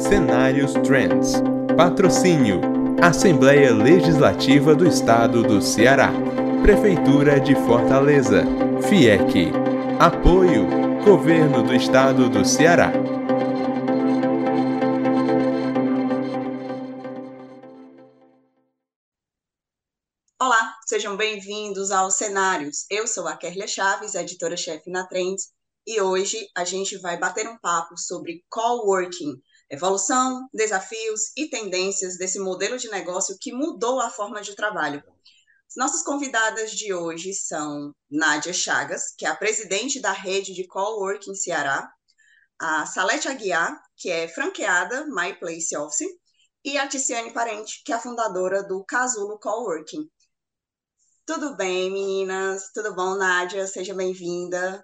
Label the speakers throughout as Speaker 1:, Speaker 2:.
Speaker 1: Cenários Trends. Patrocínio: Assembleia Legislativa do Estado do Ceará. Prefeitura de Fortaleza. FIEC. Apoio: Governo do Estado do Ceará.
Speaker 2: Olá, sejam bem-vindos aos Cenários. Eu sou a Kerlia Chaves, editora-chefe na Trends, e hoje a gente vai bater um papo sobre coworking, evolução, desafios e tendências desse modelo de negócio que mudou a forma de trabalho. As nossas convidadas de hoje são Nádia Chagas, que é a presidente da rede de coworking Ceará, a Salete Aguiar, que é franqueada My Place Office, e a Ticiane Parente, que é a fundadora do Casulo Coworking. Tudo bem, meninas? Tudo bom, Nádia? Seja bem-vinda.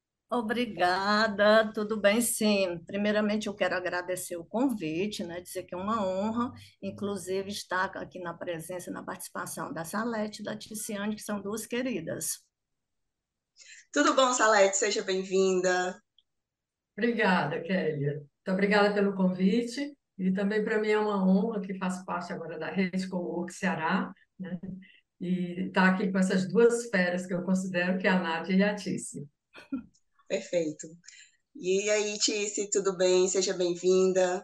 Speaker 3: Obrigada, tudo bem, sim. Primeiramente, eu quero agradecer o convite, né, dizer que é uma honra, inclusive, estar aqui na presença, na participação da Salete e da Ticiane, que são duas queridas.
Speaker 2: Tudo bom, Salete? Seja bem-vinda.
Speaker 4: Obrigada, Kélia. Muito obrigada pelo convite. E também para mim é uma honra que faço parte agora da Rede Cowork Ceará, né? E estar aqui com essas duas feras que eu considero que é a Nádia e a Tícia.
Speaker 2: Perfeito. E aí, Tice, tudo bem? Seja bem-vinda.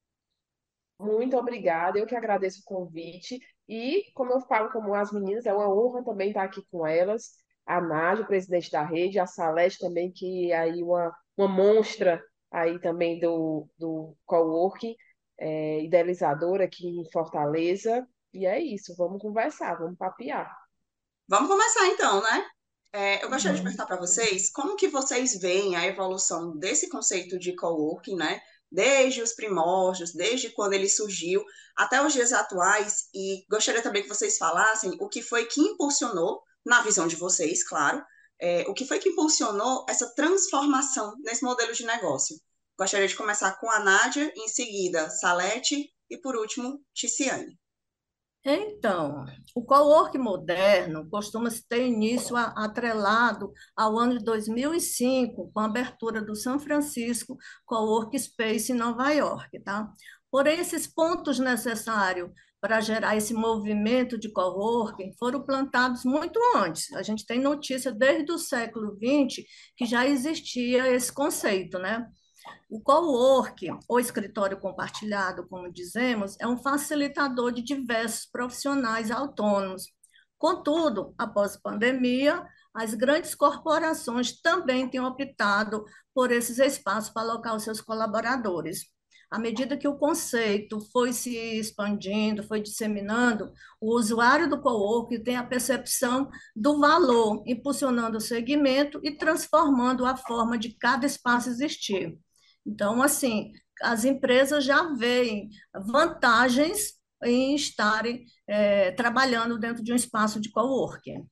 Speaker 5: Muito obrigada, eu que agradeço o convite. E, como eu falo como as meninas, é uma honra também estar aqui com elas. A Nádia, presidente da rede, a Salete também, que é aí uma monstra aí também do coworking, idealizadora aqui em Fortaleza. E é isso, vamos conversar, vamos papear.
Speaker 2: Vamos começar então, né? Eu gostaria de
Speaker 4: Vamos.
Speaker 2: perguntar para vocês como que vocês veem a evolução desse conceito de coworking, né? Desde os primórdios, desde quando ele surgiu até os dias atuais, e gostaria também que vocês falassem o que foi que impulsionou, na visão de vocês, claro, o que foi que impulsionou essa transformação nesse modelo de negócio. Gostaria de começar com a Nádia, em seguida Salete e, por último, Ticiane.
Speaker 3: Então, o coworking moderno costuma ter início atrelado ao ano de 2005, com a abertura do San Francisco Coworking Space em Nova York, tá? Porém, esses pontos necessários para gerar esse movimento de coworking foram plantados muito antes. A gente tem notícia desde o século XX que já existia esse conceito, né? O cowork, ou escritório compartilhado, como dizemos, é um facilitador de diversos profissionais autônomos. Contudo, após a pandemia, as grandes corporações também têm optado por esses espaços para alocar os seus colaboradores. À medida que o conceito foi se expandindo, foi disseminando, o usuário do coworking tem a percepção do valor, impulsionando o segmento e transformando a forma de cada espaço existir. Então, assim, as empresas já veem vantagens em estarem trabalhando dentro de um espaço de coworking.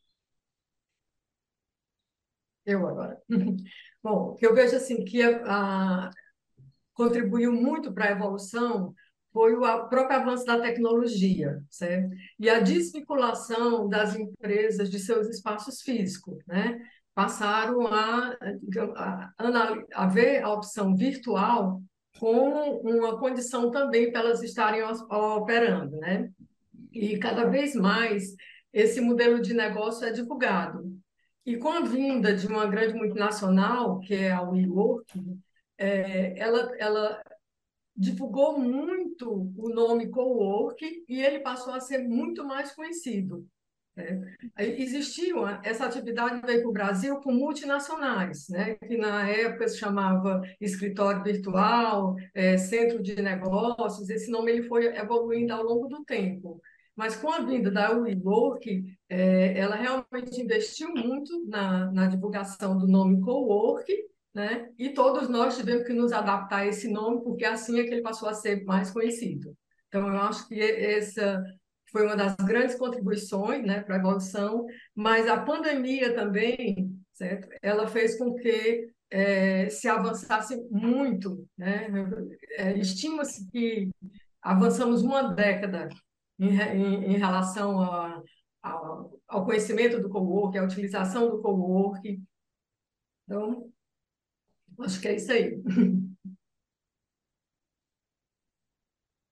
Speaker 4: Eu agora. Bom, que eu vejo assim que contribuiu muito para a evolução foi o próprio avanço da tecnologia, certo? E a desvinculação das empresas de seus espaços físicos, né? Passaram a ver a opção virtual como uma condição também para elas estarem operando, né? E cada vez mais esse modelo de negócio é divulgado. E com a vinda de uma grande multinacional, que é a WeWork, ela divulgou muito o nome cowork e ele passou a ser muito mais conhecido, né? Essa atividade veio para o Brasil com multinacionais, né? Que na época se chamava escritório virtual, centro de negócios. Esse nome ele foi evoluindo ao longo do tempo. Mas com a vinda da WeWork, ela realmente investiu muito na divulgação do nome cowork, né? E todos nós tivemos que nos adaptar a esse nome, porque assim é que ele passou a ser mais conhecido. Então, eu acho que essa foi uma das grandes contribuições, né, para a evolução, mas a pandemia também, certo? Ela fez com que se avançasse muito, né? Estima-se que avançamos uma década em relação ao conhecimento do coworking, à utilização do coworking. Então, acho que é isso aí.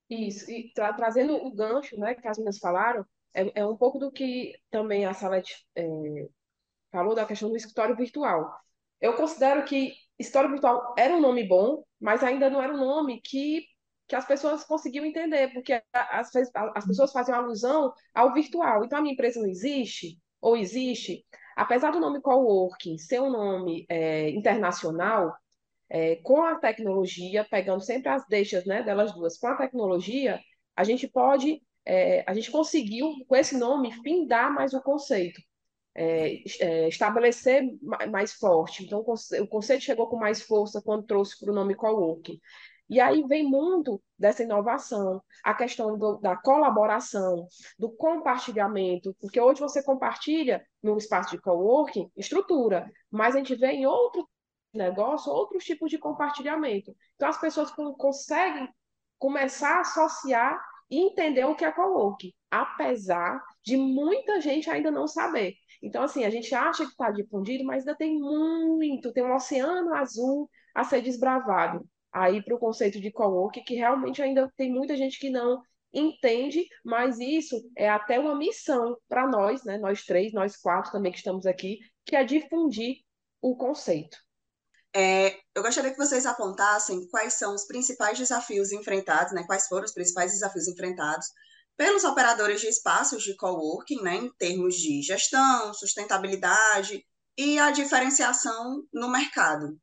Speaker 5: Isso, e trazendo o gancho, né, que as meninas falaram, é um pouco do que também a Salete falou da questão do escritório virtual. Eu considero que escritório virtual era um nome bom, mas ainda não era um nome que as pessoas conseguiam entender, porque às vezes as pessoas fazem alusão ao virtual. Então, a minha empresa não existe, ou existe. Apesar do nome coworking ser um nome internacional, com a tecnologia, pegando sempre as deixas, né, delas duas, com a tecnologia, a gente pode, a gente conseguiu, com esse nome, findar mais o conceito, estabelecer mais forte. Então, o conceito chegou com mais força quando trouxe para o nome coworking. E aí vem muito dessa inovação, a questão da colaboração, do compartilhamento, porque hoje você compartilha no espaço de coworking estrutura, mas a gente vê em outro negócio outros tipos de compartilhamento. Então, as pessoas conseguem começar a associar e entender o que é coworking, apesar de muita gente ainda não saber. Então, assim, a gente acha que está difundido, mas ainda tem muito, tem um oceano azul a ser desbravado aí para o conceito de coworking, que realmente ainda tem muita gente que não entende, mas isso é até uma missão para nós, né? Nós três, nós quatro também que estamos aqui, que é difundir o conceito.
Speaker 2: Eu gostaria que vocês apontassem quais são os principais desafios enfrentados, né? Quais foram os principais desafios enfrentados pelos operadores de espaços de coworking, né? Em termos de gestão, sustentabilidade e a diferenciação no mercado.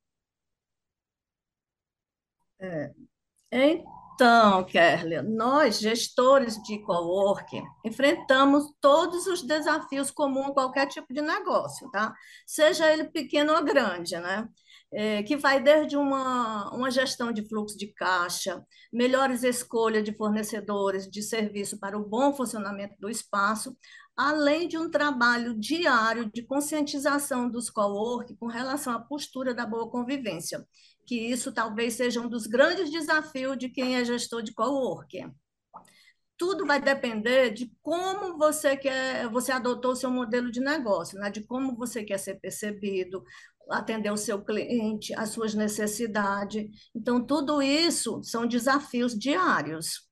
Speaker 3: É. Então, Kerlia, nós, gestores de coworking, enfrentamos todos os desafios comuns a qualquer tipo de negócio, tá? Seja ele pequeno ou grande, né? Que vai desde uma gestão de fluxo de caixa, melhores escolhas de fornecedores de serviço para o bom funcionamento do espaço, além de um trabalho diário de conscientização dos coworking com relação à postura da boa convivência, que isso talvez seja um dos grandes desafios de quem é gestor de coworking. Tudo vai depender de como você adotou o seu modelo de negócio, né? De como você quer ser percebido, atender o seu cliente, as suas necessidades. Então, tudo isso são desafios diários.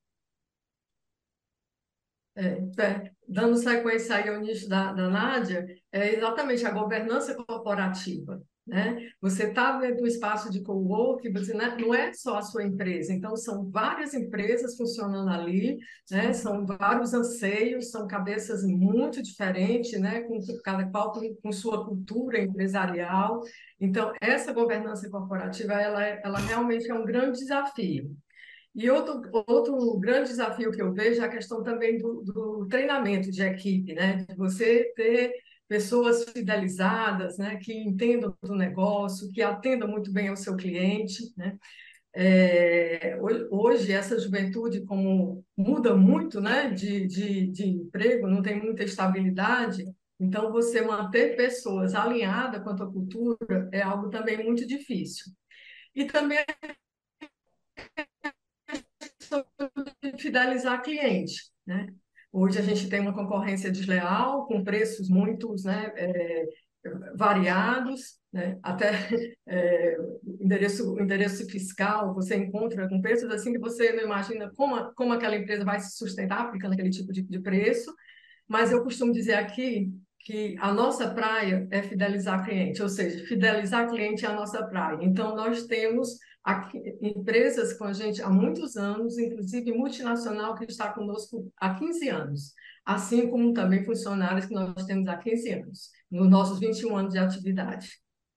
Speaker 4: Dando sequência aí ao nicho da Nádia, é exatamente a governança corporativa, né? Você está dentro do espaço de coworking, você não é só a sua empresa, então são várias empresas funcionando ali, né? São vários anseios, são cabeças muito diferentes, né? Com cada qual com sua cultura empresarial. Então, essa governança corporativa, ela realmente é um grande desafio. E outro grande desafio que eu vejo é a questão também do treinamento de equipe, né? De você ter pessoas fidelizadas, né? Que entendam do negócio, que atendam muito bem ao seu cliente, né? Hoje, essa juventude, como muda muito, né? De emprego, não tem muita estabilidade, então você manter pessoas alinhadas quanto à cultura é algo também muito difícil. E também de fidelizar cliente, né? Hoje a gente tem uma concorrência desleal, com preços muito, né, variados, né? Até endereço fiscal você encontra com preços assim que você não imagina como aquela empresa vai se sustentar aplicando aquele tipo de preço. Mas eu costumo dizer aqui que a nossa praia é fidelizar cliente, ou seja, fidelizar cliente é a nossa praia. Então, nós temos aqui, empresas com a gente há muitos anos, inclusive multinacional que está conosco há 15 anos, assim como também funcionários que nós temos há 15 anos, nos nossos 21 anos de atividade.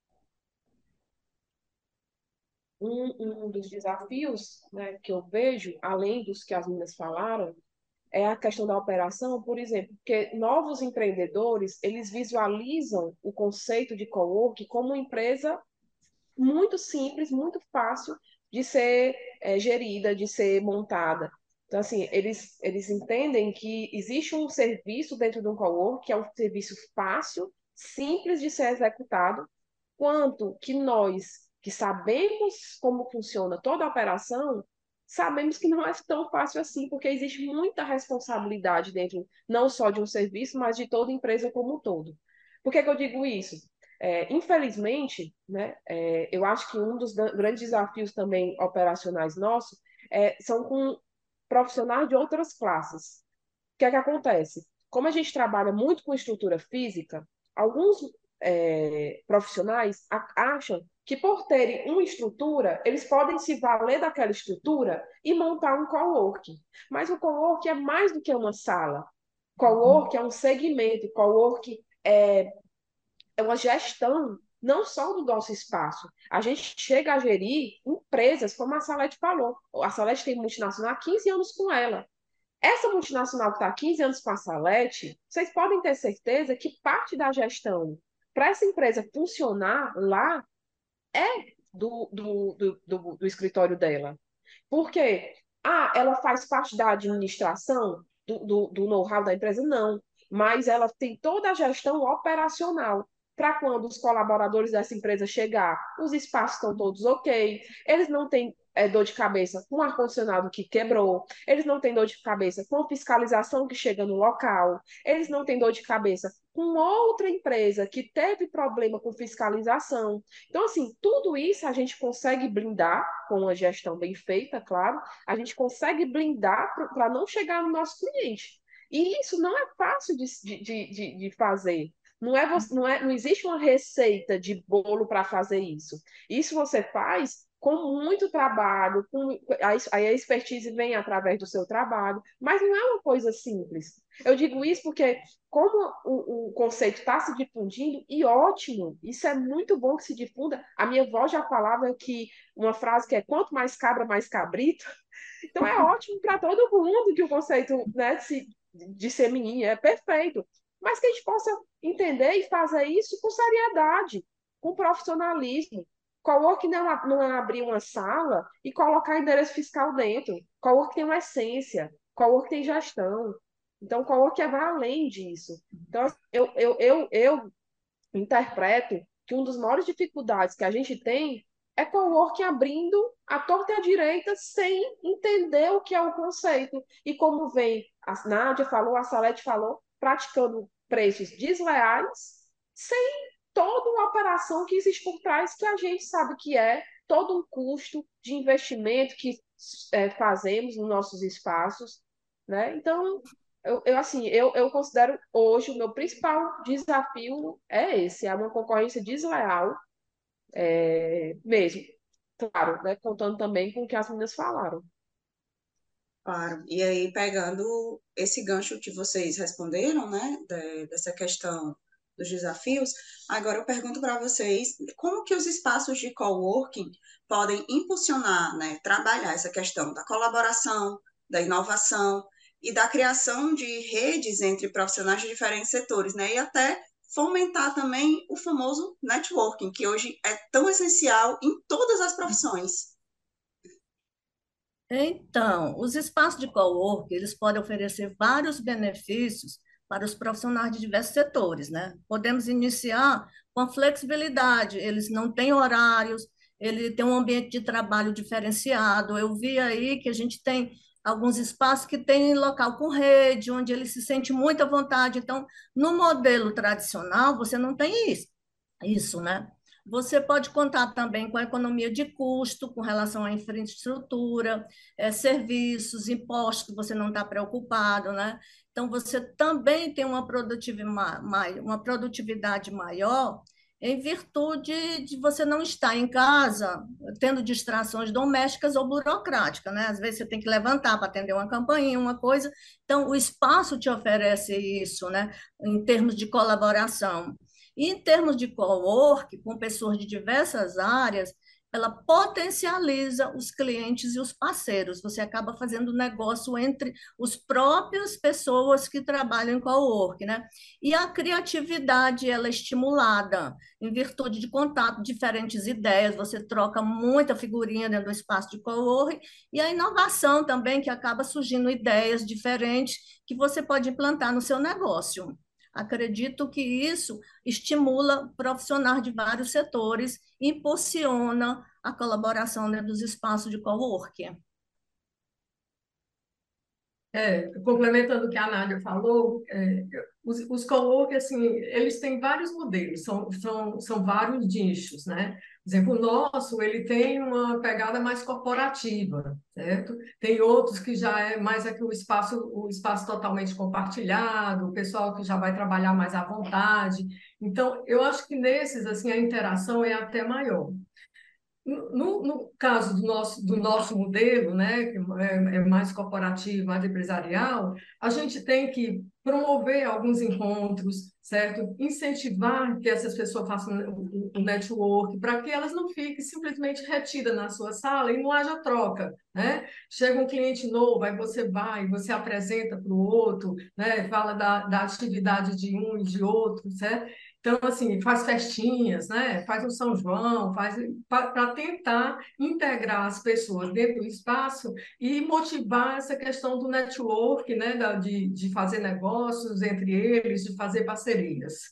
Speaker 5: Um dos desafios, né, que eu vejo, além dos que as meninas falaram, é a questão da operação, por exemplo, porque novos empreendedores, eles visualizam o conceito de coworking como uma empresa muito simples, muito fácil de ser gerida, de ser montada. Então, assim, eles entendem que existe um serviço dentro de um coworking, que é um serviço fácil, simples de ser executado, quanto que nós, que sabemos como funciona toda a operação, sabemos que não é tão fácil assim, porque existe muita responsabilidade dentro, não só de um serviço, mas de toda empresa como um todo. Por que que eu digo isso? Infelizmente, né, eu acho que um dos grandes desafios também operacionais nossos são com profissionais de outras classes. O que é que acontece? Como a gente trabalha muito com estrutura física, alguns profissionais acham que por terem uma estrutura, eles podem se valer daquela estrutura e montar um coworking. Mas o coworking é mais do que uma sala. Coworking é um segmento, coworking é uma gestão não só do nosso espaço. A gente chega a gerir empresas, como a Salete falou. A Salete tem multinacional há 15 anos com ela. Essa multinacional que está há 15 anos com a Salete, vocês podem ter certeza que parte da gestão para essa empresa funcionar lá é do escritório dela. Por quê? Ah, ela faz parte da administração, do know-how da empresa? Não. Mas ela tem toda a gestão operacional. Para quando os colaboradores dessa empresa chegar, os espaços estão todos ok, eles não têm dor de cabeça com o ar-condicionado que quebrou, eles não têm dor de cabeça com a fiscalização que chega no local, eles não têm dor de cabeça com outra empresa que teve problema com fiscalização. Então, assim, tudo isso a gente consegue blindar com uma gestão bem feita, claro, a gente consegue blindar para não chegar no nosso cliente. E isso não é fácil de fazer. Não existe uma receita de bolo para fazer isso. Isso você faz com muito trabalho, aí a expertise vem através do seu trabalho, mas não é uma coisa simples. Eu digo isso porque, como o conceito está se difundindo, e ótimo, isso é muito bom que se difunda. A minha avó já falava que uma frase que é quanto mais cabra, mais cabrito. Então é ótimo para todo mundo que o conceito, né, se dissemine, é perfeito. Mas que a gente possa entender e fazer isso com seriedade, com profissionalismo. Cowork não é abrir uma sala e colocar endereço fiscal dentro. Cowork tem uma essência, cowork tem gestão. Então, cowork vai além disso. Então, eu interpreto que uma das maiores dificuldades que a gente tem é coworking abrindo à torta e à direita sem entender o que é o conceito. E como vem, a Nádia falou, a Salete falou, praticando preços desleais, sem toda uma operação que existe por trás, que a gente sabe que é todo um custo de investimento que fazemos nos nossos espaços, né? Então, eu considero hoje o meu principal desafio é esse, é uma concorrência desleal mesmo. Claro, né? Contando também com o que as meninas falaram.
Speaker 2: Claro. E aí, pegando esse gancho que vocês responderam, né, dessa questão dos desafios, agora eu pergunto para vocês como que os espaços de coworking podem impulsionar, né, trabalhar essa questão da colaboração, da inovação e da criação de redes entre profissionais de diferentes setores, né, e até fomentar também o famoso networking, que hoje é tão essencial em todas as profissões.
Speaker 3: Então, os espaços de coworking, eles podem oferecer vários benefícios para os profissionais de diversos setores, né? Podemos iniciar com a flexibilidade, eles não têm horários, ele tem um ambiente de trabalho diferenciado. Eu vi aí que a gente tem alguns espaços que têm local com rede, onde ele se sente muito à vontade. Então, no modelo tradicional, você não tem isso, né? Você pode contar também com a economia de custo com relação à infraestrutura, serviços, impostos, que você não está preocupado, né? Então, você também tem uma produtividade maior em virtude de você não estar em casa tendo distrações domésticas ou burocráticas, né? Às vezes você tem que levantar para atender uma campainha, uma coisa. Então, o espaço te oferece isso, né? Em termos de colaboração. E em termos de co-work, com pessoas de diversas áreas, ela potencializa os clientes e os parceiros. Você acaba fazendo negócio entre os próprias pessoas que trabalham em co-work, né? E a criatividade, ela é estimulada em virtude de contato, diferentes ideias, você troca muita figurinha dentro do espaço de co-work, e a inovação também, que acaba surgindo ideias diferentes que você pode implantar no seu negócio. Acredito que isso estimula profissionais de vários setores, impulsiona a colaboração dentro dos espaços de coworking.
Speaker 4: Complementando o que a Nádia falou, os coworking, assim, eles têm vários modelos, são vários nichos, né? Por exemplo, o nosso, ele tem uma pegada mais corporativa, certo? Tem outros que já é mais aqui o espaço totalmente compartilhado, o pessoal que já vai trabalhar mais à vontade. Então, eu acho que nesses, assim, a interação é até maior. No caso do nosso modelo, né, que é mais corporativo, mais empresarial, a gente tem que promover alguns encontros, certo? Incentivar que essas pessoas façam o network, para que elas não fiquem simplesmente retidas na sua sala e não haja troca, né? Chega um cliente novo, aí você vai, você apresenta para o outro, né? Fala da atividade de um e de outro, certo? Então, assim, faz festinhas, né? Faz o São João, faz para tentar integrar as pessoas dentro do espaço e motivar essa questão do network, né? De fazer negócios entre eles, de fazer parcerias.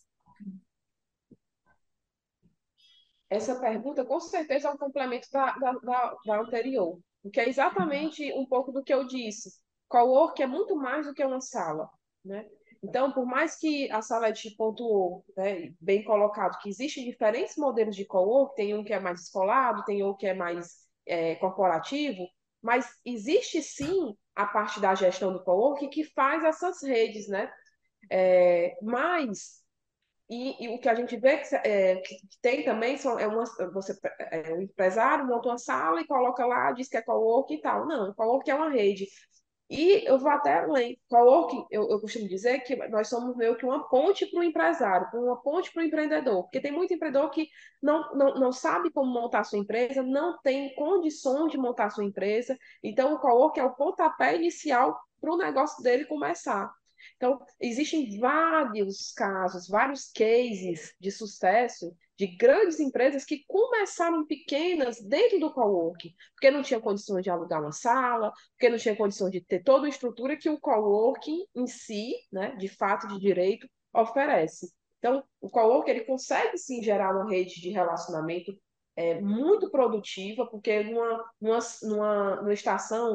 Speaker 5: Essa pergunta, com certeza, é um complemento da anterior, porque é exatamente um pouco do que eu disse. Cowork é muito mais do que uma sala, né? Então, por mais que a sala te pontuou, né, bem colocado, que existem diferentes modelos de cowork, tem um que é mais descolado, tem um que é mais corporativo, mas existe sim a parte da gestão do cowork que faz essas redes, né? Mas e o que a gente vê que tem também o empresário monta uma sala e coloca lá, diz que é coworking e tal. Não, coworking é uma rede. E eu vou até além. Coworking, eu costumo dizer que nós somos meio que uma ponte para o empresário, uma ponte para o empreendedor. Porque tem muito empreendedor que não sabe como montar sua empresa, não tem condições de montar sua empresa. Então, o coworking é o pontapé inicial para o negócio dele começar. Então, existem vários casos, vários cases de sucesso de grandes empresas que começaram pequenas dentro do coworking, porque não tinha condições de alugar uma sala, porque não tinha condições de ter toda a estrutura que o coworking em si, né, de fato, de direito, oferece. Então, o coworking ele consegue sim gerar uma rede de relacionamento muito produtiva, porque numa estação,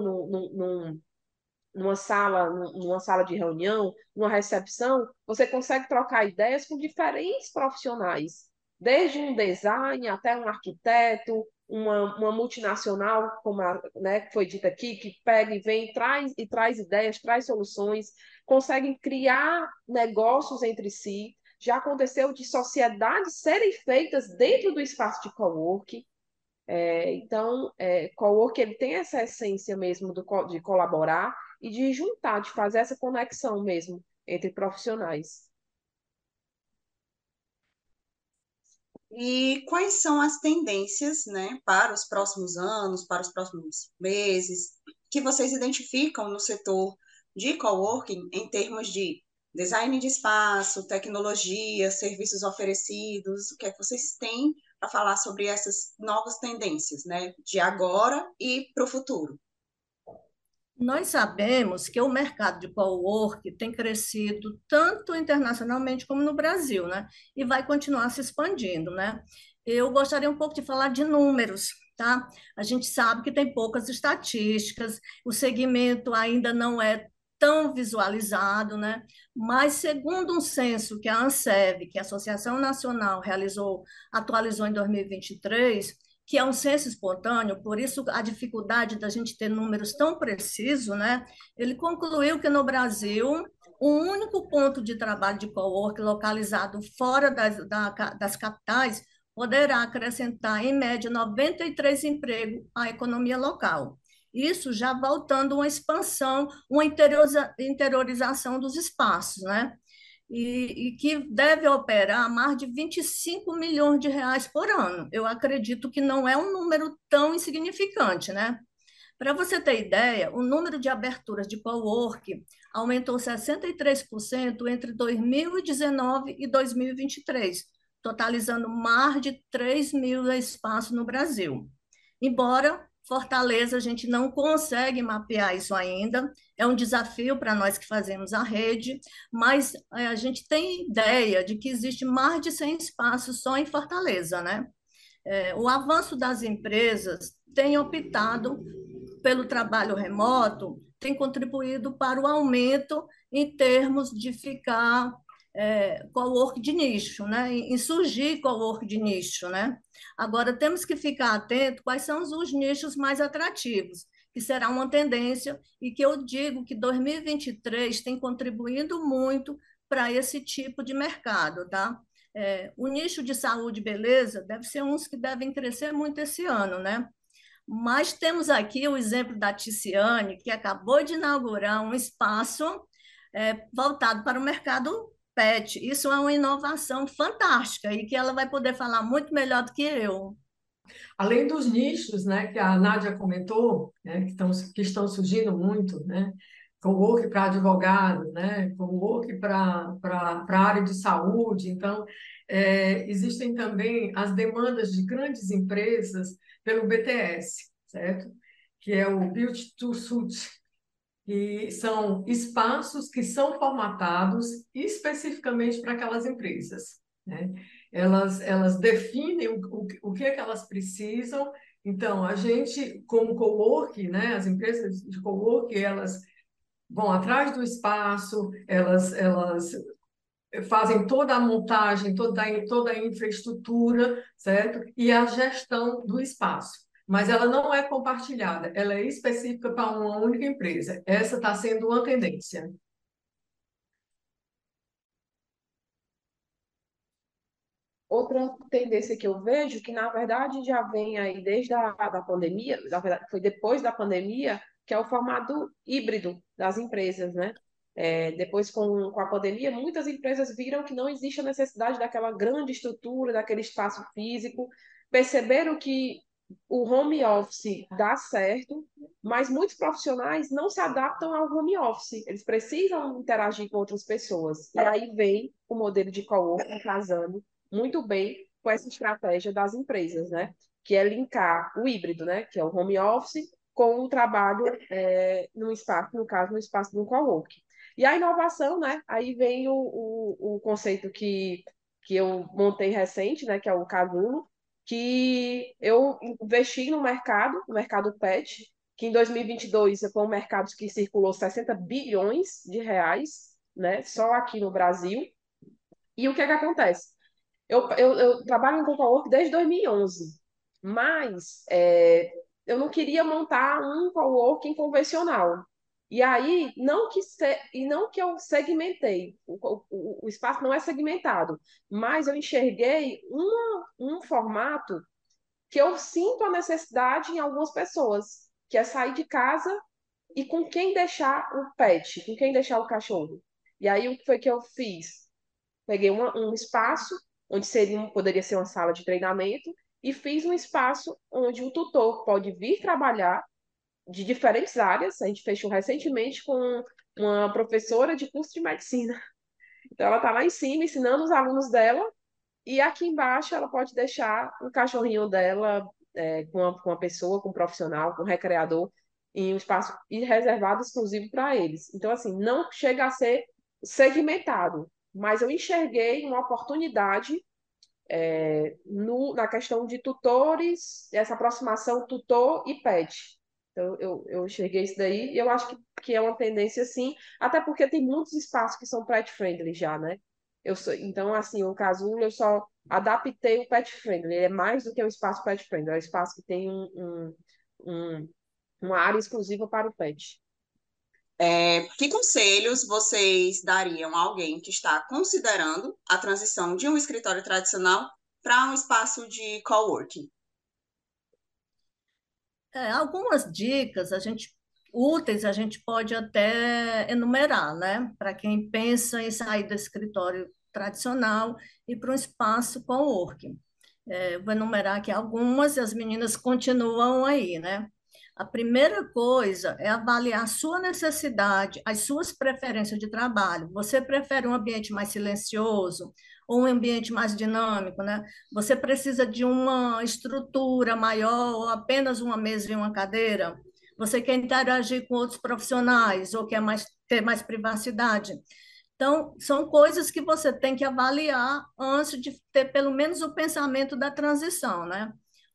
Speaker 5: numa sala de reunião, numa recepção, você consegue trocar ideias com diferentes profissionais, desde um design até um arquiteto, uma multinacional, como né, que foi dito aqui, que pega e vem traz ideias, traz soluções, conseguem criar negócios entre si. Já aconteceu de sociedades serem feitas dentro do espaço de coworking. Então, cowork ele tem essa essência mesmo de colaborar e de juntar, de fazer essa conexão mesmo entre profissionais.
Speaker 2: E quais são as tendências, né, para os próximos anos, para os próximos meses, que vocês identificam no setor de coworking em termos de design de espaço, tecnologia, serviços oferecidos? O que é que vocês têm para falar sobre essas novas tendências, né, de agora e para o futuro?
Speaker 3: Nós sabemos que o mercado de cowork tem crescido tanto internacionalmente como no Brasil, né? E vai continuar se expandindo, né? Eu gostaria um pouco de falar de números, tá? A gente sabe que tem poucas estatísticas, o segmento ainda não é tão visualizado, né? Mas segundo um censo que a ANSEV, que é a Associação Nacional atualizou em 2023, que é um censo espontâneo, por isso a dificuldade da gente ter números tão precisos, né? Ele concluiu que no Brasil, o único ponto de trabalho de cowork localizado fora das capitais poderá acrescentar, em média, 93 empregos à economia local. Isso já voltando uma expansão, uma interiorização dos espaços, né? E que deve operar mais de 25 milhões de reais por ano. Eu acredito que não é um número tão insignificante, né? Para você ter ideia, o número de aberturas de cowork aumentou 63% entre 2019 e 2023, totalizando mais de 3 mil espaços no Brasil. Embora Fortaleza, a gente não consegue mapear isso ainda, é um desafio para nós que fazemos a rede, mas a gente tem ideia de que existe mais de 100 espaços só em Fortaleza, né? O avanço das empresas tem optado pelo trabalho remoto, tem contribuído para o aumento em termos de ficar cowork de nicho, né? Em surgir cowork de nicho, né? Agora, temos que ficar atento quais são os nichos mais atrativos, que será uma tendência e que eu digo que 2023 tem contribuído muito para esse tipo de mercado, tá? O nicho de saúde e beleza deve ser uns que devem crescer muito esse ano, né? Mas temos aqui o exemplo da Ticiane, que acabou de inaugurar um espaço voltado para o mercado pet. Isso é uma inovação fantástica e que ela vai poder falar muito melhor do que eu.
Speaker 4: Além dos nichos, né, que a Nádia comentou, né, que estão surgindo muito, né, cowork para advogado, né, cowork para a área de saúde. Então, existem também as demandas de grandes empresas pelo BTS, certo? Que é o Build to Suit, que são espaços que são formatados especificamente para aquelas empresas, né? Elas definem o que é que elas precisam. Então, a gente, como cowork, né, as empresas de cowork, elas vão atrás do espaço, elas fazem toda a montagem, toda a infraestrutura, certo? E a gestão do espaço. Mas ela não é compartilhada, ela é específica para uma única empresa. Essa está sendo uma tendência.
Speaker 5: Outra tendência que eu vejo, que na verdade já vem aí desde da pandemia, na verdade foi depois da pandemia, que é o formato híbrido das empresas, né? Depois, com a pandemia, muitas empresas viram que não existe a necessidade daquela grande estrutura, daquele espaço físico, perceberam que o home office dá certo, mas muitos profissionais não se adaptam ao home office, eles precisam interagir com outras pessoas. E aí vem o modelo de coworking casando muito bem com essa estratégia das empresas, né? Que é linkar o híbrido, né? Que é o home office com o trabalho no espaço, no caso, no espaço do coworking. E a inovação, né? Aí vem o conceito que eu montei recente, né? Que é o Casulo, que eu investi no mercado pet, que em 2022 foi um mercado que circulou 60 bilhões de reais, né? Só aqui no Brasil. E o que é que acontece? Eu trabalho com cowork desde 2011, mas eu não queria montar um coworking convencional. E aí, não que eu segmentei, o espaço não é segmentado, mas eu enxerguei um formato que eu sinto a necessidade em algumas pessoas, que é sair de casa e com quem deixar o pet, com quem deixar o cachorro. E aí, o que foi que eu fiz? Peguei um espaço onde poderia ser uma sala de treinamento e fiz um espaço onde o tutor pode vir trabalhar de diferentes áreas. A gente fechou recentemente com uma professora de curso de medicina. Então, ela está lá em cima ensinando os alunos dela e aqui embaixo ela pode deixar o cachorrinho dela com uma pessoa, com um profissional, com um recreador, em um espaço reservado exclusivo para eles. Então, assim, não chega a ser segmentado, mas eu enxerguei uma oportunidade na questão de tutores, essa aproximação tutor e pet. Então, eu enxerguei isso daí e eu acho que é uma tendência, sim, até porque tem muitos espaços que são pet-friendly já, né? Então, assim, o casulo eu só adaptei o pet-friendly. Ele é mais do que um espaço pet-friendly, é um espaço que tem um, uma área exclusiva para o pet.
Speaker 2: Que conselhos vocês dariam a alguém que está considerando a transição de um escritório tradicional para um espaço de coworking?
Speaker 3: Algumas dicas úteis a gente pode até enumerar, né? Para quem pensa em sair do escritório tradicional e para um espaço coworking. Vou enumerar aqui algumas e as meninas continuam aí, né? A primeira coisa é avaliar a sua necessidade, as suas preferências de trabalho. Você prefere um ambiente mais silencioso ou um ambiente mais dinâmico, né? Você precisa de uma estrutura maior ou apenas uma mesa e uma cadeira? Você quer interagir com outros profissionais ou quer ter mais privacidade? Então, são coisas que você tem que avaliar antes de ter pelo menos o pensamento da transição, né?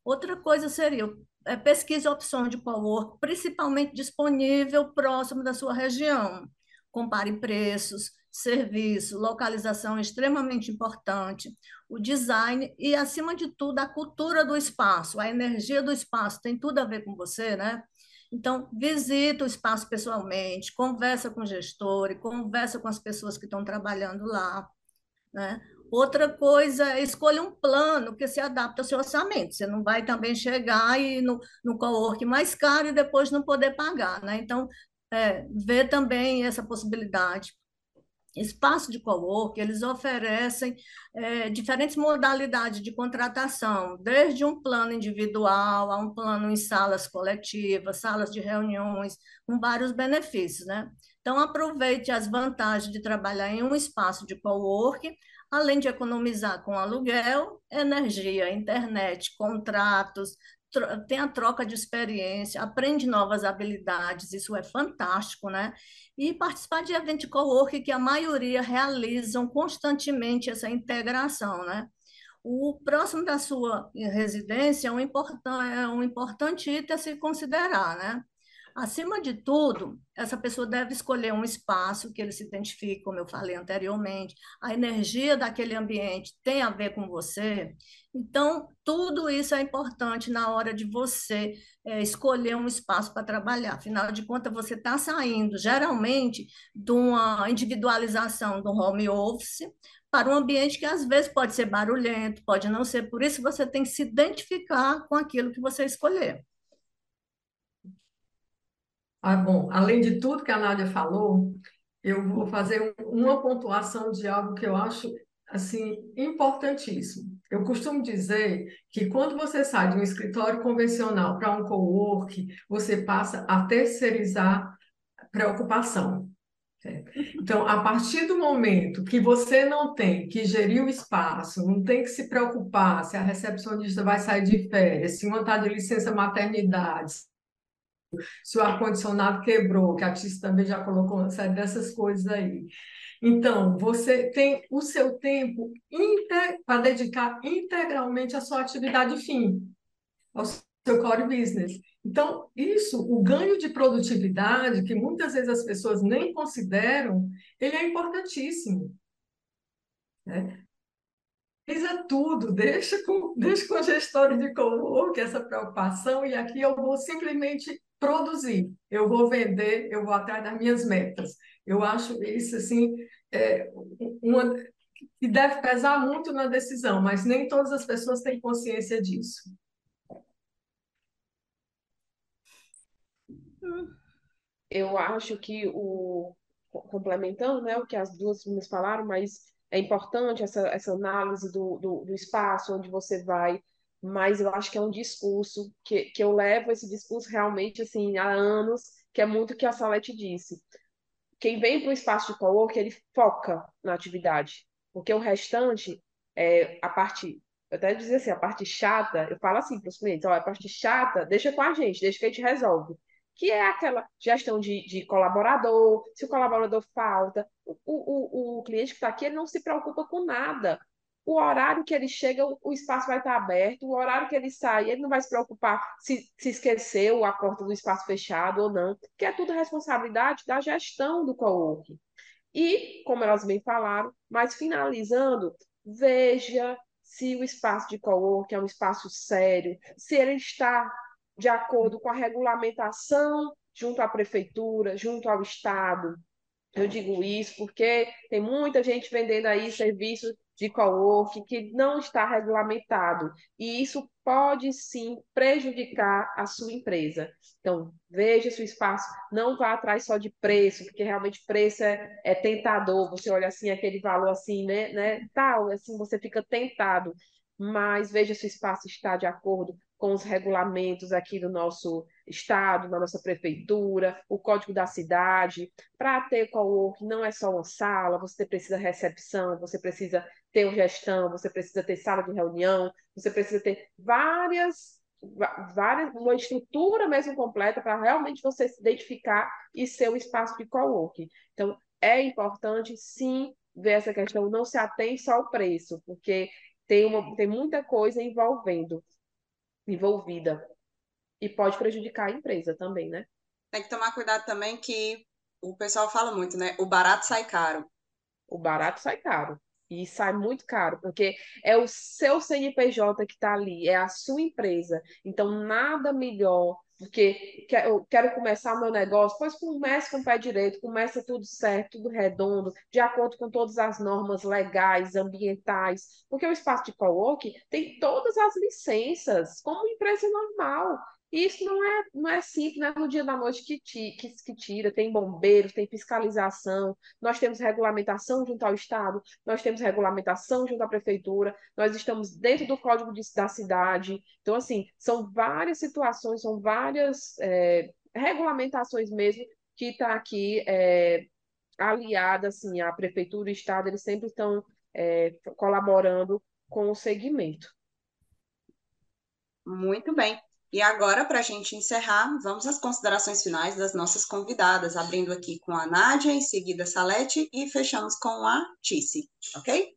Speaker 3: Outra coisa seria pesquise opções de cowork, principalmente disponível próximo da sua região. Compare preços, serviço, localização é extremamente importante, o design e, acima de tudo, a cultura do espaço, a energia do espaço tem tudo a ver com você, né? Então, visita o espaço pessoalmente, conversa com o gestor, e conversa com as pessoas que estão trabalhando lá, né? Outra coisa é escolha um plano que se adapte ao seu orçamento. Você não vai também chegar e no cowork mais caro e depois não poder pagar, né? Então, ver também essa possibilidade. Espaço de cowork, eles oferecem diferentes modalidades de contratação, desde um plano individual a um plano em salas coletivas, salas de reuniões, com vários benefícios, né? Então, aproveite as vantagens de trabalhar em um espaço de cowork, além de economizar com aluguel, energia, internet, contratos, tem a troca de experiência, aprende novas habilidades, isso é fantástico, né? E participar de eventos de coworking, que a maioria realizam constantemente essa integração, né? O próximo da sua residência é um importante item a se considerar, né? Acima de tudo, essa pessoa deve escolher um espaço que ele se identifique, como eu falei anteriormente, a energia daquele ambiente tem a ver com você. Então, tudo isso é importante na hora de você escolher um espaço para trabalhar. Afinal de contas, você está saindo, geralmente, de uma individualização do home office para um ambiente que às vezes pode ser barulhento, pode não ser. Por isso, você tem que se identificar com aquilo que você escolher.
Speaker 4: Ah, bom, além de tudo que a Nádia falou, eu vou fazer uma pontuação de algo que eu acho assim importantíssimo. Eu costumo dizer que quando você sai de um escritório convencional para um cowork, você passa a terceirizar preocupação. Certo? Então, a partir do momento que você não tem que gerir o espaço, não tem que se preocupar se a recepcionista vai sair de férias, se uma está de licença maternidade, se o ar-condicionado quebrou, que a Tice também já colocou uma série dessas coisas aí. Então, você tem o seu tempo para dedicar integralmente à sua atividade fim, ao seu core business. Então, isso, o ganho de produtividade, que muitas vezes as pessoas nem consideram, ele é importantíssimo, né? Fiz tudo, deixa com a gestora de cowork essa preocupação, e aqui eu vou simplesmente produzir, eu vou vender, eu vou atrás das minhas metas. Eu acho isso, assim, uma, que deve pesar muito na decisão, mas nem todas as pessoas têm consciência disso.
Speaker 5: Eu acho que complementando, né, o que as duas meninas falaram, mas é importante essa análise do espaço onde você vai, mas eu acho que é um discurso que eu levo esse discurso realmente assim há anos, que é muito o que a Salete disse. Quem vem para o espaço de cowork, ele foca na atividade, porque o restante, a parte, eu até dizer assim, a parte chata, eu falo assim para os clientes, ó, a parte chata, deixa com a gente, deixa que a gente resolve. Que é aquela gestão de colaborador, se o colaborador falta, o cliente que está aqui, ele não se preocupa com nada. O horário que ele chega, o espaço vai estar aberto, o horário que ele sai, ele não vai se preocupar se esqueceu a porta do espaço fechado ou não, que é tudo responsabilidade da gestão do coworking. E, como elas bem falaram, mas finalizando, veja se o espaço de coworking é um espaço sério, se ele está de acordo com a regulamentação junto à prefeitura, junto ao Estado. Eu digo isso porque tem muita gente vendendo aí serviços de coworking que não está regulamentado, e isso pode sim prejudicar a sua empresa. Então, veja se o espaço, não vá atrás só de preço, porque realmente preço é tentador, você olha assim, aquele valor assim, né, tal, assim, você fica tentado, mas veja se o espaço está de acordo com os regulamentos aqui do nosso estado, da nossa prefeitura, o código da cidade. Para ter coworking não é só uma sala, você precisa recepção, você precisa ter gestão, você precisa ter sala de reunião, você precisa ter uma estrutura mesmo completa para realmente você se identificar e ser um espaço de coworking. Então, é importante, sim, ver essa questão, não se atém só ao preço, porque tem muita coisa envolvendo. envolvida. E pode prejudicar a empresa também, né?
Speaker 2: Tem que tomar cuidado também que o pessoal fala muito, né? O barato sai caro.
Speaker 5: O barato sai caro. E sai muito caro, porque é o seu CNPJ que está ali, é a sua empresa. Então, nada melhor do que eu quero começar o meu negócio, pois comece com o pé direito, começa tudo certo, tudo redondo, de acordo com todas as normas legais, ambientais, porque o espaço de coworking tem todas as licenças, como empresa normal. E isso não é simples, não é no dia da noite que tira, tem bombeiros, tem fiscalização, nós temos regulamentação junto ao Estado, nós temos regulamentação junto à Prefeitura, nós estamos dentro do Código da cidade. Então, assim, são várias situações, são várias regulamentações mesmo que está aqui aliada, assim, a Prefeitura e o Estado, eles sempre estão colaborando com o segmento.
Speaker 2: Muito bem. E agora, para a gente encerrar, vamos às considerações finais das nossas convidadas, abrindo aqui com a Nádia, em seguida a Salete e fechamos com a Tice, ok?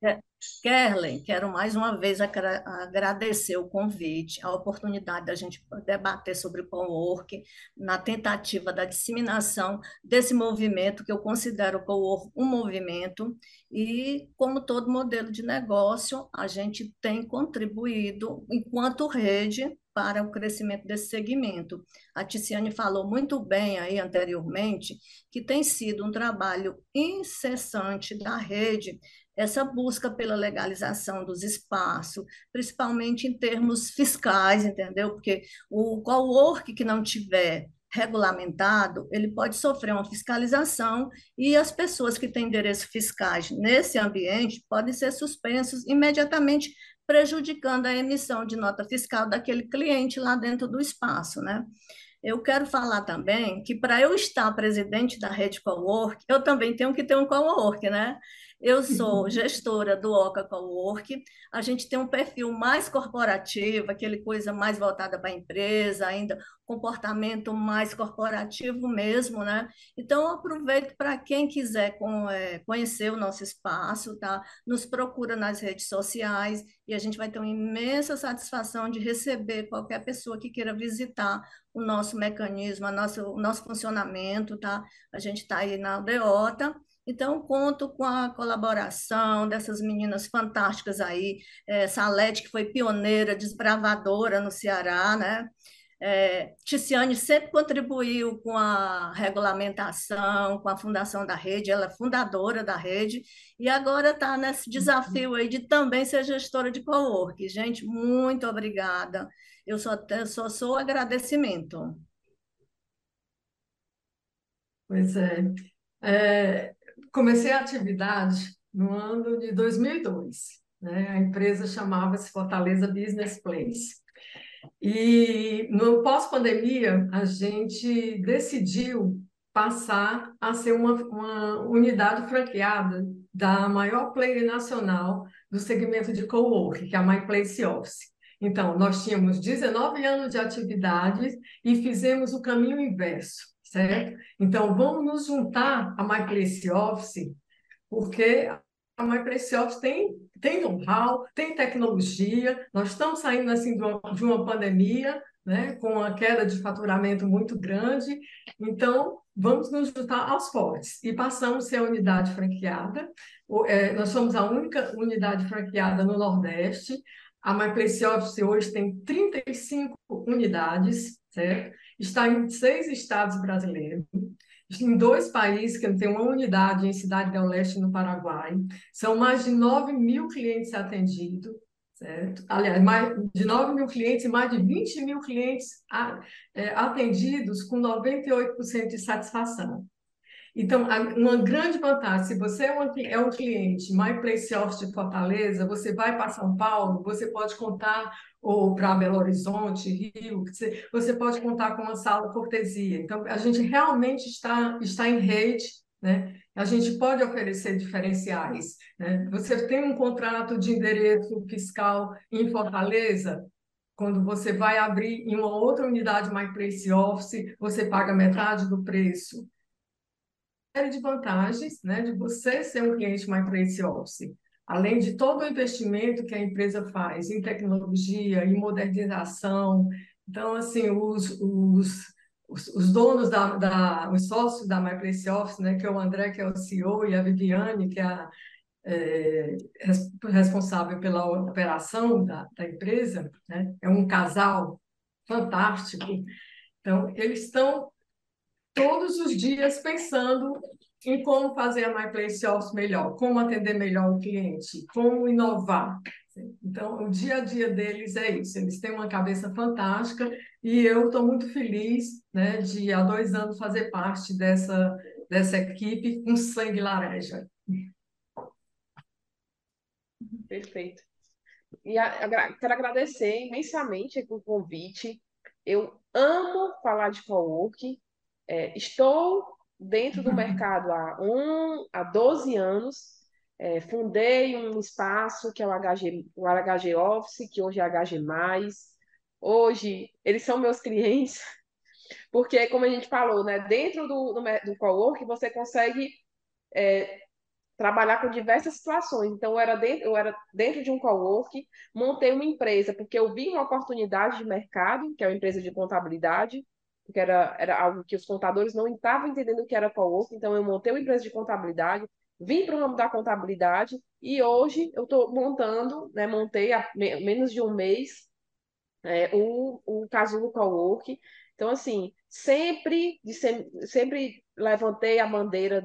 Speaker 3: Kerlen, quero mais uma vez agradecer o convite, a oportunidade da gente debater sobre o coworking, na tentativa da disseminação desse movimento, que eu considero o coworking um movimento, e como todo modelo de negócio, a gente tem contribuído, enquanto rede, para o crescimento desse segmento. A Ticiane falou muito bem aí anteriormente que tem sido um trabalho incessante da rede essa busca pela legalização dos espaços, principalmente em termos fiscais, entendeu? Porque o cowork que não tiver regulamentado, ele pode sofrer uma fiscalização e as pessoas que têm endereços fiscais nesse ambiente podem ser suspensos imediatamente, prejudicando a emissão de nota fiscal daquele cliente lá dentro do espaço, né? Eu quero falar também que para eu estar presidente da rede Cowork, eu também tenho que ter um cowork, né? Eu sou gestora do Oca Cowork, a gente tem um perfil mais corporativo, aquele coisa mais voltada para a empresa, ainda comportamento mais corporativo mesmo, né? Então, eu aproveito para quem quiser conhecer o nosso espaço, tá? Nos procura nas redes sociais e a gente vai ter uma imensa satisfação de receber qualquer pessoa que queira visitar o nosso mecanismo, o nosso funcionamento, tá? A gente está aí na aldeota, então conto com a colaboração dessas meninas fantásticas aí, Salete, que foi pioneira, desbravadora no Ceará, né? Ticiane sempre contribuiu com a regulamentação, com a fundação da rede, ela é fundadora da rede, e agora está nesse desafio aí de também ser gestora de cowork. Gente, muito obrigada. Eu só sou agradecimento.
Speaker 4: Pois é. Comecei a atividade no ano de 2002, né? A empresa chamava-se Fortaleza Business Place. E no pós-pandemia, a gente decidiu passar a ser uma unidade franqueada da maior player nacional do segmento de coworking, que é a MyPlace Office. Então, nós tínhamos 19 anos de atividade e fizemos o caminho inverso, certo? Então, vamos nos juntar à MyPlace Office, porque a MyPlace Office tem know-how, tem tecnologia. Nós estamos saindo assim de uma pandemia, né, com uma queda de faturamento muito grande. Então, vamos nos juntar aos fortes. E passamos a ser a unidade franqueada. Nós somos a única unidade franqueada no Nordeste. A MyPlace Office hoje tem 35 unidades, certo? Está em 6 estados brasileiros, em 2 países, que tem uma unidade em Cidade del Leste, no Paraguai. São mais de 9 mil clientes atendidos, certo? Aliás, mais de 9 mil clientes e mais de 20 mil clientes atendidos com 98% de satisfação. Então, uma grande vantagem, se você é um cliente MyPlace Office de Fortaleza, você vai para São Paulo, você pode contar, ou para Belo Horizonte, Rio, você pode contar com uma sala cortesia. Então, a gente realmente está em rede, né? A gente pode oferecer diferenciais, né? Você tem um contrato de endereço fiscal em Fortaleza, quando você vai abrir em uma outra unidade MyPlace Office, você paga metade do preço. Série de vantagens, né, de você ser um cliente MyPlace Office. além de todo o investimento que a empresa faz em tecnologia, em modernização. Então, assim, os donos os sócios da MyPlace Office, né, que é o André, que é o CEO, e a Viviane, que é a responsável pela operação da empresa, né? É um casal fantástico. Então, eles estão todos os dias pensando em como fazer a MyPlace Office melhor, como atender melhor o cliente, como inovar. Então, o dia a dia deles é isso. Eles têm uma cabeça fantástica e eu estou muito feliz, né, de há 2 anos fazer parte dessa equipe com sangue laranja.
Speaker 5: Perfeito. E quero agradecer imensamente aqui o convite. Eu amo falar de coworking. Estou dentro do mercado há 12 anos. Fundei um espaço que é o HG Office, que hoje é HG+. Hoje, eles são meus clientes, porque, como a gente falou, né, dentro do coworking, você consegue trabalhar com diversas situações. Então, eu era dentro de um coworking, montei uma empresa, porque eu vi uma oportunidade de mercado, que é uma empresa de contabilidade, porque era algo que os contadores não estavam entendendo o que era coworking, então eu montei uma empresa de contabilidade, vim para o ramo da contabilidade, e hoje eu estou montando, né, montei há menos de um mês, o Casulo Cowork. Então, assim, sempre levantei a bandeira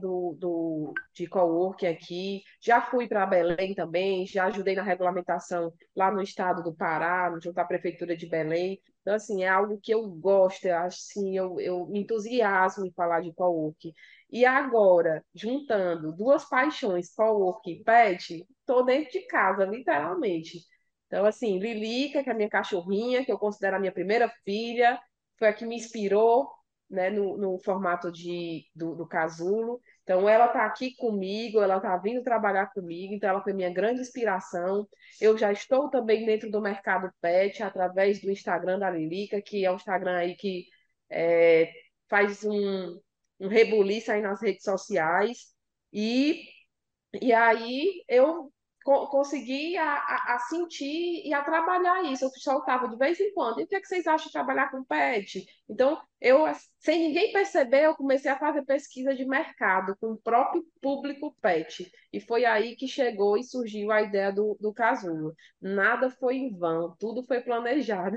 Speaker 5: de coworking aqui. Já fui para Belém também, já ajudei na regulamentação lá no estado do Pará, junto à prefeitura de Belém. Então, assim, é algo que eu gosto, assim, eu me entusiasmo em falar de coworking. E agora, juntando duas paixões, coworking e pet, estou dentro de casa, literalmente. Então, assim, Lilica, que é a minha cachorrinha, que eu considero a minha primeira filha, foi a que me inspirou, né, no formato do casulo. Então, ela está aqui comigo, ela está vindo trabalhar comigo, então ela foi minha grande inspiração. Eu já estou também dentro do mercado pet, através do Instagram da Lilica, que é um Instagram aí que é, faz um rebuliço aí nas redes sociais. E e aí eu consegui a sentir e a trabalhar isso. Eu soltava de vez em quando. E o que é que vocês acham de trabalhar com pet? Então, sem ninguém perceber, eu comecei a fazer pesquisa de mercado com o próprio público pet. E foi aí que chegou e surgiu a ideia do casulo. Nada foi em vão, tudo foi planejado.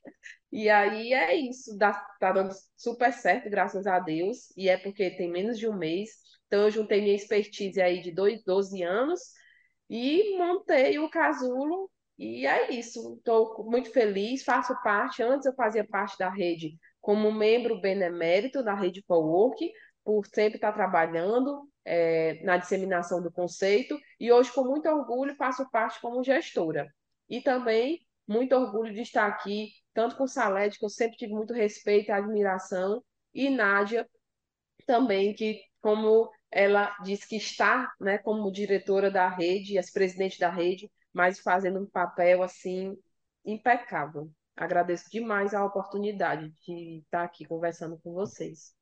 Speaker 5: E aí é isso, tá dando super certo, graças a Deus, e é porque tem menos de um mês. Então eu juntei minha expertise aí de 12 anos e montei o casulo, e é isso. Estou muito feliz, faço parte. Antes eu fazia parte da rede como membro benemérito da rede Cowork, por sempre estar trabalhando na disseminação do conceito, e hoje, com muito orgulho, faço parte como gestora. E também muito orgulho de estar aqui, tanto com Salete, que eu sempre tive muito respeito e admiração, e Nádia também, que como ela disse que está, né, como diretora da rede, as presidente da rede, mas fazendo um papel assim impecável. Agradeço demais a oportunidade de estar aqui conversando com vocês.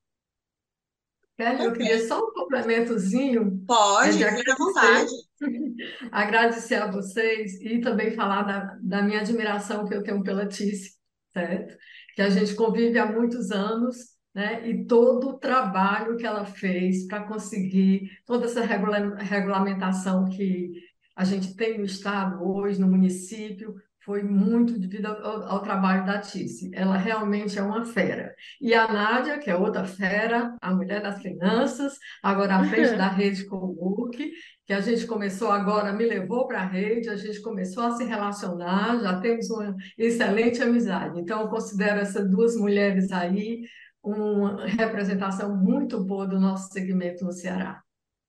Speaker 4: Kelly, eu queria
Speaker 2: Perfeito.
Speaker 4: só um complementozinho,
Speaker 2: Pode,
Speaker 4: de
Speaker 2: fica à vontade.
Speaker 4: agradecer, agradecer a vocês e também falar da minha admiração que eu tenho pela Tice, certo? Que a gente convive há muitos anos, né? E todo o trabalho que ela fez para conseguir toda essa regulamentação que a gente tem no Estado hoje, no município, foi muito devido ao trabalho da Tice. Ela realmente é uma fera. E a Nádia, que é outra fera, a mulher das finanças, agora à frente da rede Cowork, que a gente começou agora, me levou para a rede, a gente começou a se relacionar, já temos uma excelente amizade. Então, eu considero essas duas mulheres aí uma representação muito boa do nosso segmento no Ceará.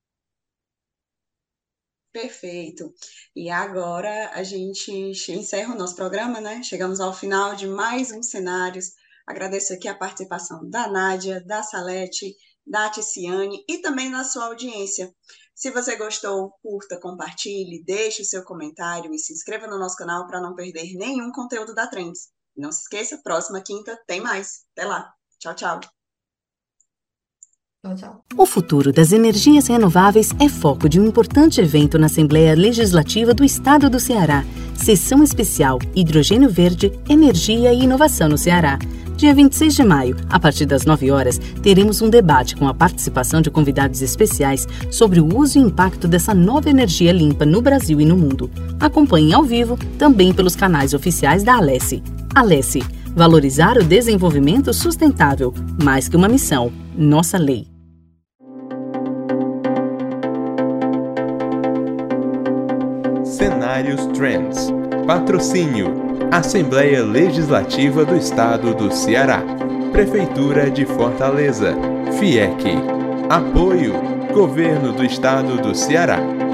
Speaker 2: Perfeito. E agora a gente encerra o nosso programa, né? Chegamos ao final de mais um Cenários. Agradeço aqui a participação da Nádia, da Salete, da Ticiane e também da sua audiência. Se você gostou, curta, compartilhe, deixe o seu comentário e se inscreva no nosso canal para não perder nenhum conteúdo da Trends. Não se esqueça, próxima quinta tem mais. Até lá. Tchau, tchau.
Speaker 4: Tchau, tchau.
Speaker 6: O futuro das energias renováveis é foco de um importante evento na Assembleia Legislativa do Estado do Ceará. Sessão especial Hidrogênio Verde, Energia e Inovação no Ceará. Dia 26 de maio, a partir das 9 horas, teremos um debate com a participação de convidados especiais sobre o uso e impacto dessa nova energia limpa no Brasil e no mundo. Acompanhe ao vivo, também pelos canais oficiais da Alesse. Alesse, valorizar o desenvolvimento sustentável, mais que uma missão, nossa lei.
Speaker 1: Cenários Trends. Patrocínio: Assembleia Legislativa do Estado do Ceará. Prefeitura de Fortaleza. FIEC. Apoio: Governo do Estado do Ceará.